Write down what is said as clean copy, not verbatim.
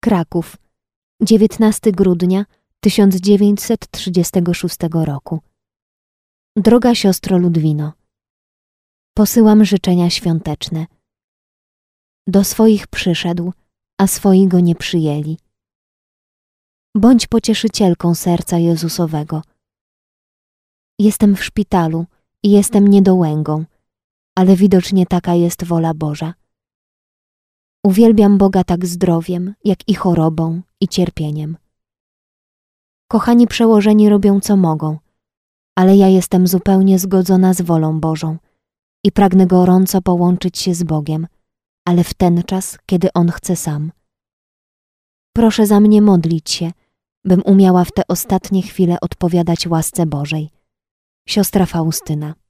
Kraków, 19 grudnia 1936 roku. Droga siostro Ludwino, posyłam życzenia świąteczne. Do swoich przyszedł, a swoi go nie przyjęli. Bądź pocieszycielką serca Jezusowego. Jestem w szpitalu i jestem niedołęgą, ale widocznie taka jest wola Boża. Uwielbiam Boga tak zdrowiem, jak i chorobą i cierpieniem. Kochani przełożeni robią co mogą, ale ja jestem zupełnie zgodzona z wolą Bożą i pragnę gorąco połączyć się z Bogiem, ale w ten czas, kiedy On chce sam. Proszę za mnie modlić się, bym umiała w te ostatnie chwile odpowiadać łasce Bożej. Siostra Faustyna.